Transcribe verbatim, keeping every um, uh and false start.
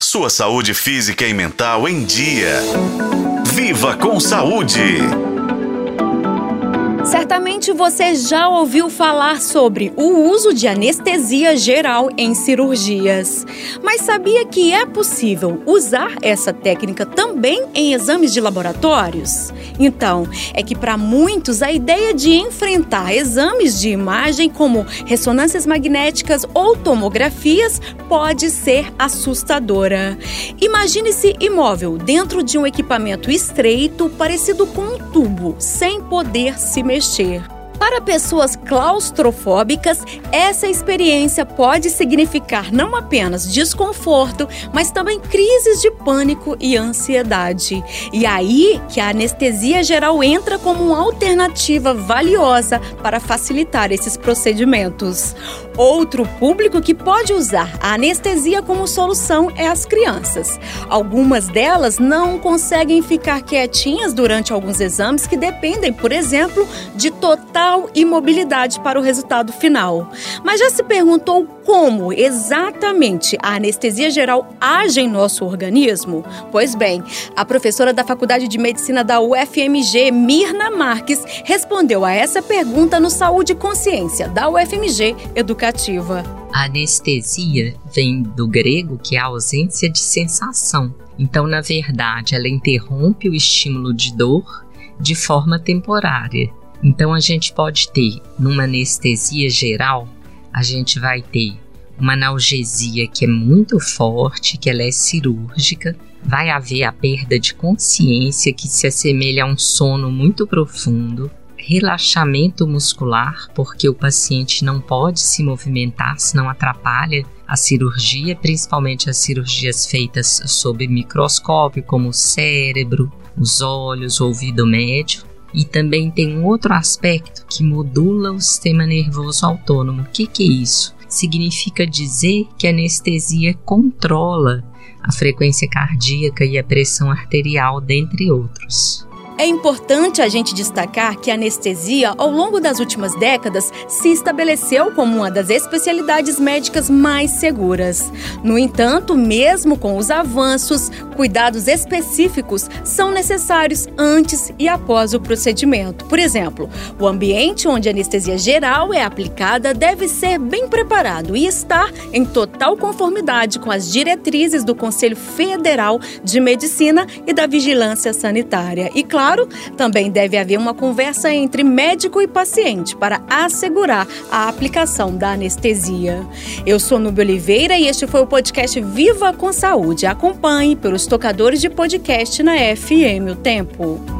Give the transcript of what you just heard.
sua saúde física e mental em dia. Viva com saúde! Certamente você já ouviu falar sobre o uso de anestesia geral em cirurgias. Mas sabia que é possível usar essa técnica também em exames de laboratórios? Então, é que para muitos a ideia de enfrentar exames de imagem como ressonâncias magnéticas ou tomografias pode ser assustadora. Imagine-se imóvel dentro de um equipamento estreito parecido com um tubo, sem poder se mexer. Para pessoas claustrofóbicas, essa experiência pode significar não apenas desconforto, mas também crises de pânico e ansiedade. E aí que a anestesia geral entra como uma alternativa valiosa para facilitar esses procedimentos. Outro público que pode usar a anestesia como solução é as crianças. Algumas delas não conseguem ficar quietinhas durante alguns exames que dependem, por exemplo, de total imobilidade para o resultado final. Mas já se perguntou como exatamente a anestesia geral age em nosso organismo? Pois bem, a professora da Faculdade de Medicina da U F M G, Mirna Marques, respondeu a essa pergunta no Saúde e Consciência, da U F M G Educativa. A anestesia vem do grego, que é a ausência de sensação. Então, na verdade, ela interrompe o estímulo de dor de forma temporária. Então, a gente pode ter, numa anestesia geral, a gente vai ter uma analgesia que é muito forte, que ela é cirúrgica. Vai haver a perda de consciência, que se assemelha a um sono muito profundo. Relaxamento muscular, porque o paciente não pode se movimentar, senão atrapalha a cirurgia, principalmente as cirurgias feitas sob microscópio, como o cérebro, os olhos, o ouvido médio. E também tem um outro aspecto que modula o sistema nervoso autônomo. O que, que é isso? Significa dizer que a anestesia controla a frequência cardíaca e a pressão arterial, dentre outros. É importante a gente destacar que a anestesia, ao longo das últimas décadas, se estabeleceu como uma das especialidades médicas mais seguras. No entanto, mesmo com os avanços, cuidados específicos são necessários antes e após o procedimento. Por exemplo, o ambiente onde a anestesia geral é aplicada deve ser bem preparado e estar em total conformidade com as diretrizes do Conselho Federal de Medicina e da Vigilância Sanitária. E, claro, também deve haver uma conversa entre médico e paciente para assegurar a aplicação da anestesia. Eu sou Núbia Oliveira e este foi o podcast Viva com Saúde. Acompanhe pelos tocadores de podcast na F M O Tempo.